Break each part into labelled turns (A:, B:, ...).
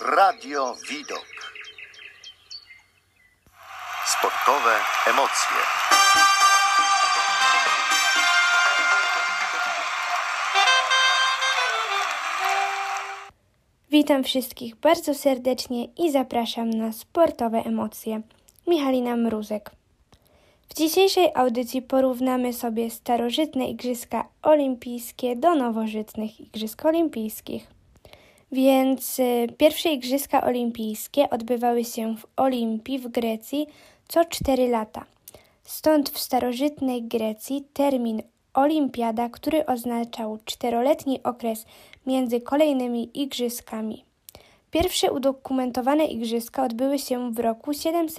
A: Radio Widok. Sportowe emocje.
B: Witam wszystkich bardzo serdecznie i zapraszam na sportowe emocje. Michalina Mruzek. W dzisiejszej audycji porównamy sobie starożytne Igrzyska Olimpijskie do nowożytnych Igrzysk Olimpijskich. Więc pierwsze Igrzyska Olimpijskie odbywały się w Olimpii w Grecji co 4 lata. Stąd w starożytnej Grecji termin olimpiada, który oznaczał 4-letni okres między kolejnymi igrzyskami. Pierwsze udokumentowane igrzyska odbyły się w roku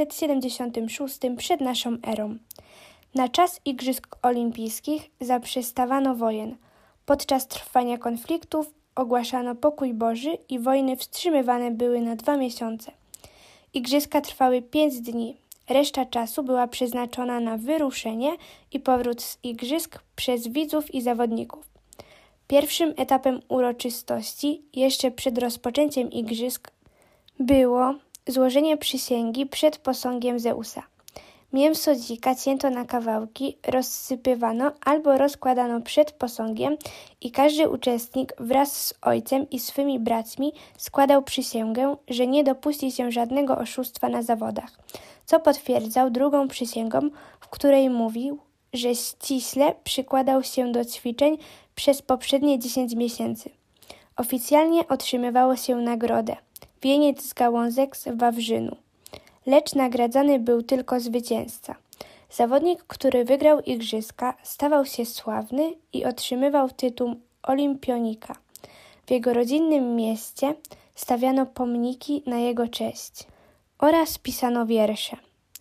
B: 776 przed naszą erą. Na czas Igrzysk Olimpijskich zaprzestawano wojen. Podczas trwania konfliktów ogłaszano pokój Boży i wojny wstrzymywane były na 2 miesiące. Igrzyska trwały 5 dni. Reszta czasu była przeznaczona na wyruszenie i powrót z igrzysk przez widzów i zawodników. Pierwszym etapem uroczystości, jeszcze przed rozpoczęciem igrzysk, było złożenie przysięgi przed posągiem Zeusa. Mięso dzika cięto na kawałki, rozsypywano albo rozkładano przed posągiem i każdy uczestnik wraz z ojcem i swymi braćmi składał przysięgę, że nie dopuści się żadnego oszustwa na zawodach, co potwierdzał drugą przysięgą, w której mówił, że ściśle przykładał się do ćwiczeń przez poprzednie 10 miesięcy. Oficjalnie otrzymywało się nagrodę, wieniec z gałązek z wawrzynu. Lecz nagradzany był tylko zwycięzca. Zawodnik, który wygrał igrzyska, stawał się sławny i otrzymywał tytuł olimpionika. W jego rodzinnym mieście stawiano pomniki na jego cześć oraz pisano wiersze.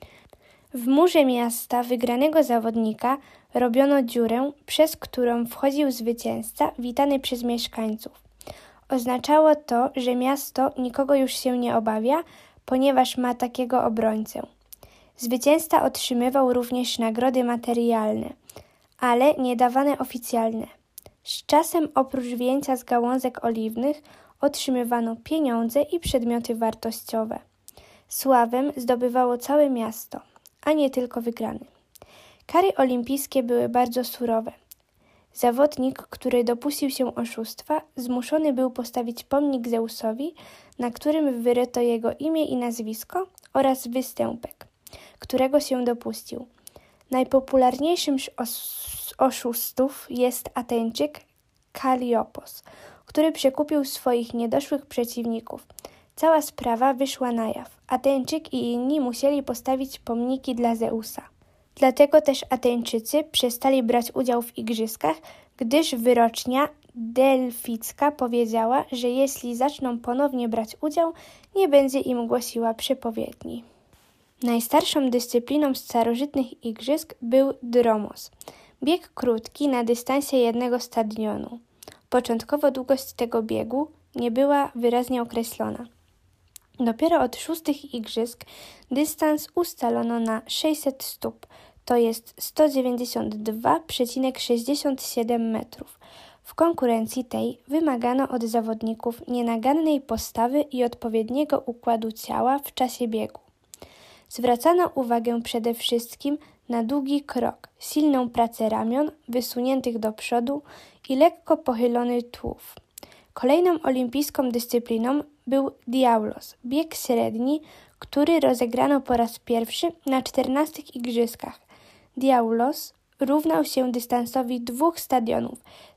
B: W murze miasta wygranego zawodnika robiono dziurę, przez którą wchodził zwycięzca witany przez mieszkańców. Oznaczało to, że miasto nikogo już się nie obawia, ponieważ ma takiego obrońcę. Zwycięzca otrzymywał również nagrody materialne, ale nie dawane oficjalne. Z czasem oprócz wieńca z gałązek oliwnych otrzymywano pieniądze i przedmioty wartościowe. Sławę zdobywało całe miasto, a nie tylko wygrany. Kary olimpijskie były bardzo surowe. Zawodnik, który dopuścił się oszustwa, zmuszony był postawić pomnik Zeusowi, na którym wyryto jego imię i nazwisko oraz występek, którego się dopuścił. Najpopularniejszym z oszustów jest Ateńczyk Kaliopos, który przekupił swoich niedoszłych przeciwników. Cała sprawa wyszła na jaw. Ateńczyk i inni musieli postawić pomniki dla Zeusa. Dlatego też Ateńczycy przestali brać udział w igrzyskach, gdyż wyrocznia delficka powiedziała, że jeśli zaczną ponownie brać udział, nie będzie im głosiła przepowiedni. Najstarszą dyscypliną starożytnych igrzysk był dromos, bieg krótki na dystansie 1 stadionu. Początkowo długość tego biegu nie była wyraźnie określona. Dopiero od 6 igrzysk dystans ustalono na 600 stóp, to jest 192,67 metrów. W konkurencji tej wymagano od zawodników nienagannej postawy i odpowiedniego układu ciała w czasie biegu. Zwracano uwagę przede wszystkim na długi krok, silną pracę ramion wysuniętych do przodu i lekko pochylony tułów. Kolejną olimpijską dyscypliną był diaulos, bieg średni, który rozegrano po raz pierwszy na 14 igrzyskach. Diaulos równał się dystansowi 2 stadionów,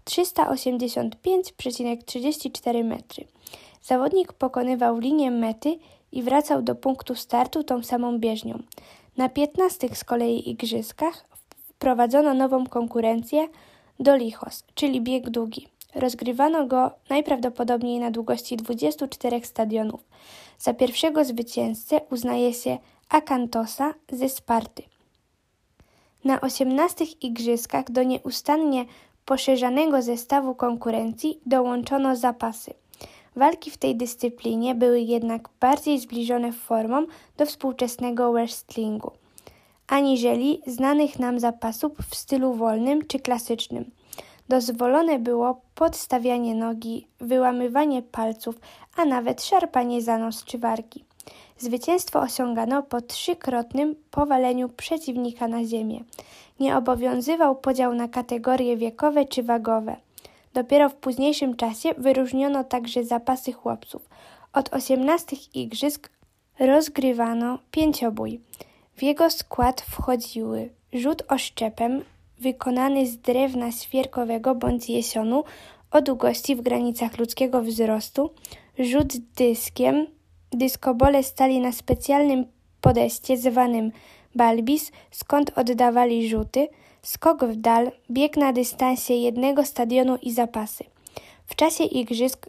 B: 385,34 metry. Zawodnik pokonywał linię mety i wracał do punktu startu tą samą bieżnią. Na 15 z kolei igrzyskach wprowadzono nową konkurencję dolichos, czyli bieg długi. Rozgrywano go najprawdopodobniej na długości 24 stadionów. Za pierwszego zwycięzcę uznaje się Akantosa ze Sparty. Na 18 igrzyskach do nieustannie poszerzanego zestawu konkurencji dołączono zapasy. Walki w tej dyscyplinie były jednak bardziej zbliżone formą do współczesnego wrestlingu, aniżeli znanych nam zapasów w stylu wolnym czy klasycznym. Dozwolone było podstawianie nogi, wyłamywanie palców, a nawet szarpanie za nos czy wargi. Zwycięstwo osiągano po 3-krotnym powaleniu przeciwnika na ziemię. Nie obowiązywał podział na kategorie wiekowe czy wagowe. Dopiero w późniejszym czasie wyróżniono także zapasy chłopców. Od 18 igrzysk rozgrywano pięciobój. W jego skład wchodziły rzut oszczepem wykonany z drewna świerkowego bądź jesionu o długości w granicach ludzkiego wzrostu, rzut dyskiem, dyskobole stali na specjalnym podestie zwanym balbis, skąd oddawali rzuty, skok w dal, bieg na dystansie jednego stadionu i zapasy. W czasie igrzysk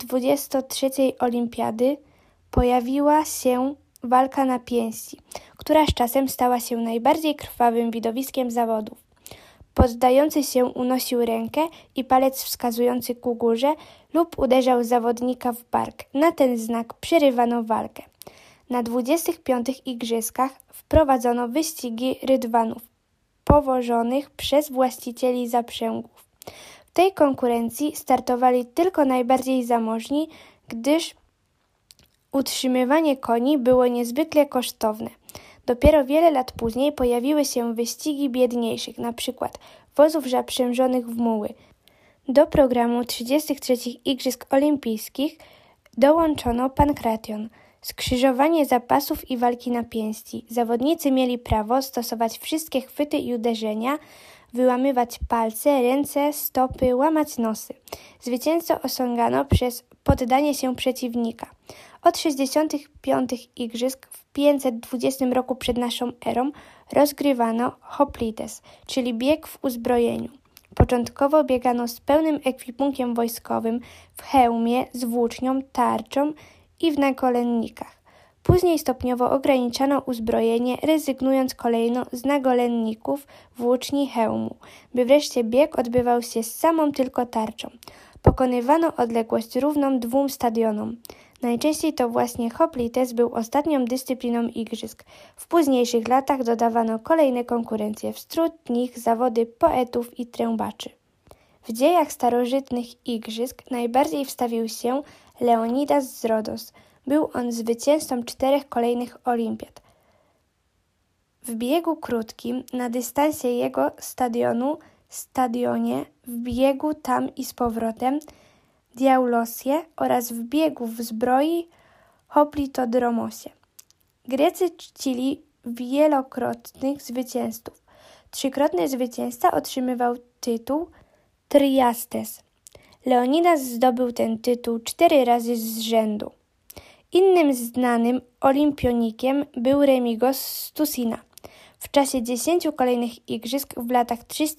B: 23. olimpiady pojawiła się walka na pięści, która z czasem stała się najbardziej krwawym widowiskiem zawodów. Poddający się unosił rękę i palec wskazujący ku górze lub uderzał zawodnika w bark. Na ten znak przerywano walkę. Na 25. igrzyskach wprowadzono wyścigi rydwanów powożonych przez właścicieli zaprzęgów. W tej konkurencji startowali tylko najbardziej zamożni, gdyż utrzymywanie koni było niezwykle kosztowne. Dopiero wiele lat później pojawiły się wyścigi biedniejszych, np. wozów zaprzężonych w muły. Do programu 33 Igrzysk Olimpijskich dołączono pankration, skrzyżowanie zapasów i walki na pięści. Zawodnicy mieli prawo stosować wszystkie chwyty i uderzenia, wyłamywać palce, ręce, stopy, łamać nosy. Zwycięstwo osiągano przez poddanie się przeciwnika. Od 65 igrzysk w 520 roku przed naszą erą rozgrywano hoplites, czyli bieg w uzbrojeniu. Początkowo biegano z pełnym ekwipunkiem wojskowym, w hełmie, z włócznią, tarczą i w nagolennikach. Później stopniowo ograniczano uzbrojenie, rezygnując kolejno z nagolenników, włóczni, hełmu, by wreszcie bieg odbywał się z samą tylko tarczą. Pokonywano odległość równą 2 stadionom. Najczęściej to właśnie hoplites był ostatnią dyscypliną igrzysk. W późniejszych latach dodawano kolejne konkurencje, wśród nich zawody poetów i trębaczy. W dziejach starożytnych igrzysk najbardziej wstawił się Leonidas z Rodos. Był on zwycięzcą 4 kolejnych olimpiad. W biegu krótkim, na dystansie jego stadionie, w biegu tam i z powrotem, diaulosie oraz w biegu w zbroi hoplitodromosie. Grecy czcili wielokrotnych zwycięzców. 3-krotny zwycięzca otrzymywał tytuł triastes. Leonidas zdobył ten tytuł 4 razy z rzędu. Innym znanym olimpionikiem był Remigos z Tusina. W czasie 10 kolejnych igrzysk w latach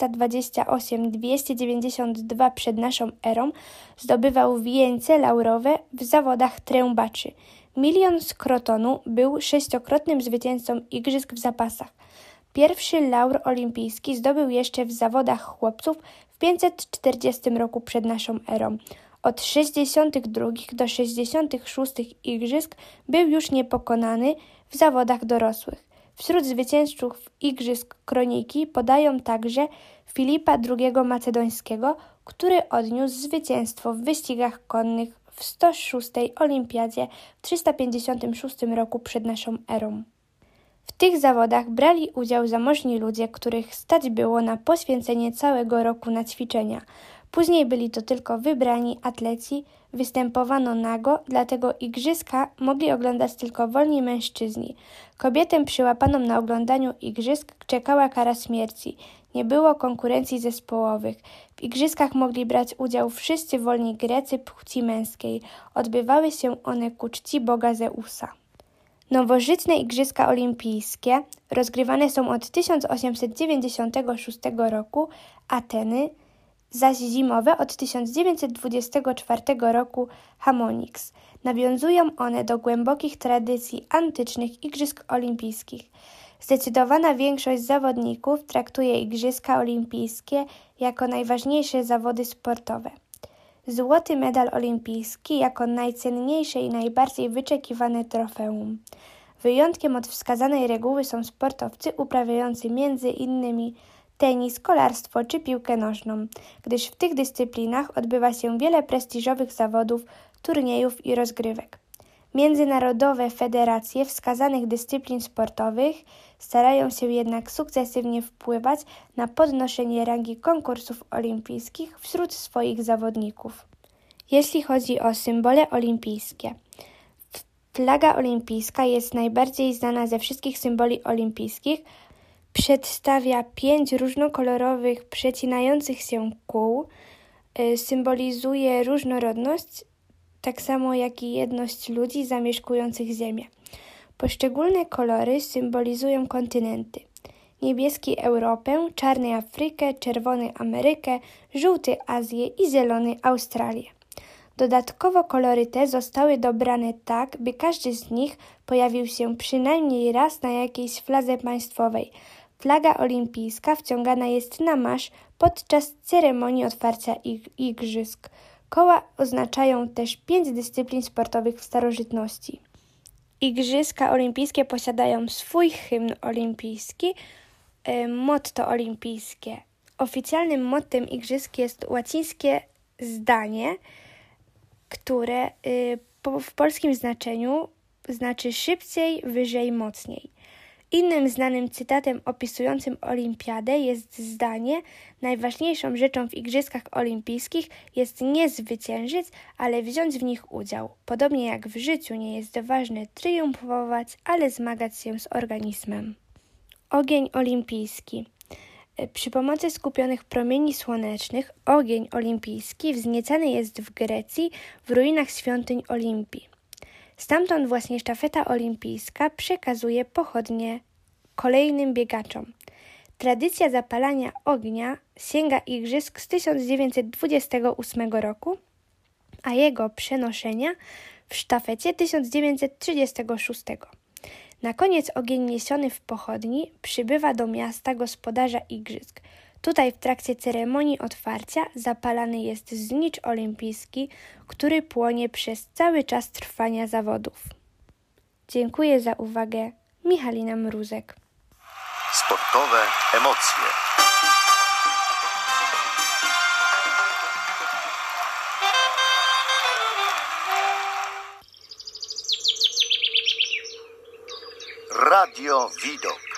B: 328-292 przed naszą erą zdobywał wieńce laurowe w zawodach trębaczy. Milion z Krotonu był 6-krotnym zwycięzcą igrzysk w zapasach. Pierwszy laur olimpijski zdobył jeszcze w zawodach chłopców w 540 roku przed naszą erą. Od 62 do 66 igrzysk był już niepokonany w zawodach dorosłych. Wśród zwycięzców igrzysk kroniki podają także Filipa II Macedońskiego, który odniósł zwycięstwo w wyścigach konnych w 106 olimpiadzie w 356 roku przed naszą erą. W tych zawodach brali udział zamożni ludzie, których stać było na poświęcenie całego roku na ćwiczenia. Później byli to tylko wybrani atleci, występowano nago, dlatego igrzyska mogli oglądać tylko wolni mężczyźni. Kobietę przyłapaną na oglądaniu igrzysk czekała kara śmierci. Nie było konkurencji zespołowych. W igrzyskach mogli brać udział wszyscy wolni Grecy płci męskiej. Odbywały się one ku czci boga Zeusa. Nowożytne Igrzyska Olimpijskie rozgrywane są od 1896 roku, Ateny, zaś zimowe od 1924 roku Chamonix. Nawiązują one do głębokich tradycji antycznych Igrzysk Olimpijskich. Zdecydowana większość zawodników traktuje Igrzyska Olimpijskie jako najważniejsze zawody sportowe. Złoty medal olimpijski jako najcenniejsze i najbardziej wyczekiwane trofeum. Wyjątkiem od wskazanej reguły są sportowcy uprawiający m.in. tenis, kolarstwo czy piłkę nożną, gdyż w tych dyscyplinach odbywa się wiele prestiżowych zawodów, turniejów i rozgrywek. Międzynarodowe federacje wskazanych dyscyplin sportowych starają się jednak sukcesywnie wpływać na podnoszenie rangi konkursów olimpijskich wśród swoich zawodników. Jeśli chodzi o symbole olimpijskie, flaga olimpijska jest najbardziej znana ze wszystkich symboli olimpijskich. Przedstawia 5 różnokolorowych, przecinających się kół. Symbolizuje różnorodność, tak samo jak i jedność ludzi zamieszkujących Ziemię. Poszczególne kolory symbolizują kontynenty. Niebieski Europę, czarny Afrykę, czerwony Amerykę, żółty Azję i zielony Australię. Dodatkowo kolory te zostały dobrane tak, by każdy z nich pojawił się przynajmniej raz na jakiejś fladze państwowej. Flaga olimpijska wciągana jest na marsz podczas ceremonii otwarcia igrzysk. Koła oznaczają też 5 dyscyplin sportowych w starożytności. Igrzyska olimpijskie posiadają swój hymn olimpijski, motto olimpijskie. Oficjalnym mottem igrzysk jest łacińskie zdanie, które w polskim znaczeniu znaczy szybciej, wyżej, mocniej. Innym znanym cytatem opisującym olimpiadę jest zdanie: najważniejszą rzeczą w igrzyskach olimpijskich jest nie zwyciężyć, ale wziąć w nich udział. Podobnie jak w życiu nie jest ważne triumfować, ale zmagać się z organizmem. Ogień olimpijski. Przy pomocy skupionych promieni słonecznych ogień olimpijski wzniecany jest w Grecji w ruinach świątyń Olimpii. Stamtąd właśnie sztafeta olimpijska przekazuje pochodnie kolejnym biegaczom. Tradycja zapalania ognia sięga igrzysk z 1928 roku, a jego przenoszenia w sztafecie 1936. Na koniec ogień niesiony w pochodni przybywa do miasta gospodarza igrzysk. Tutaj w trakcie ceremonii otwarcia zapalany jest znicz olimpijski, który płonie przez cały czas trwania zawodów. Dziękuję za uwagę. Michalina Mruzek.
A: Sportowe emocje. Radio Widok.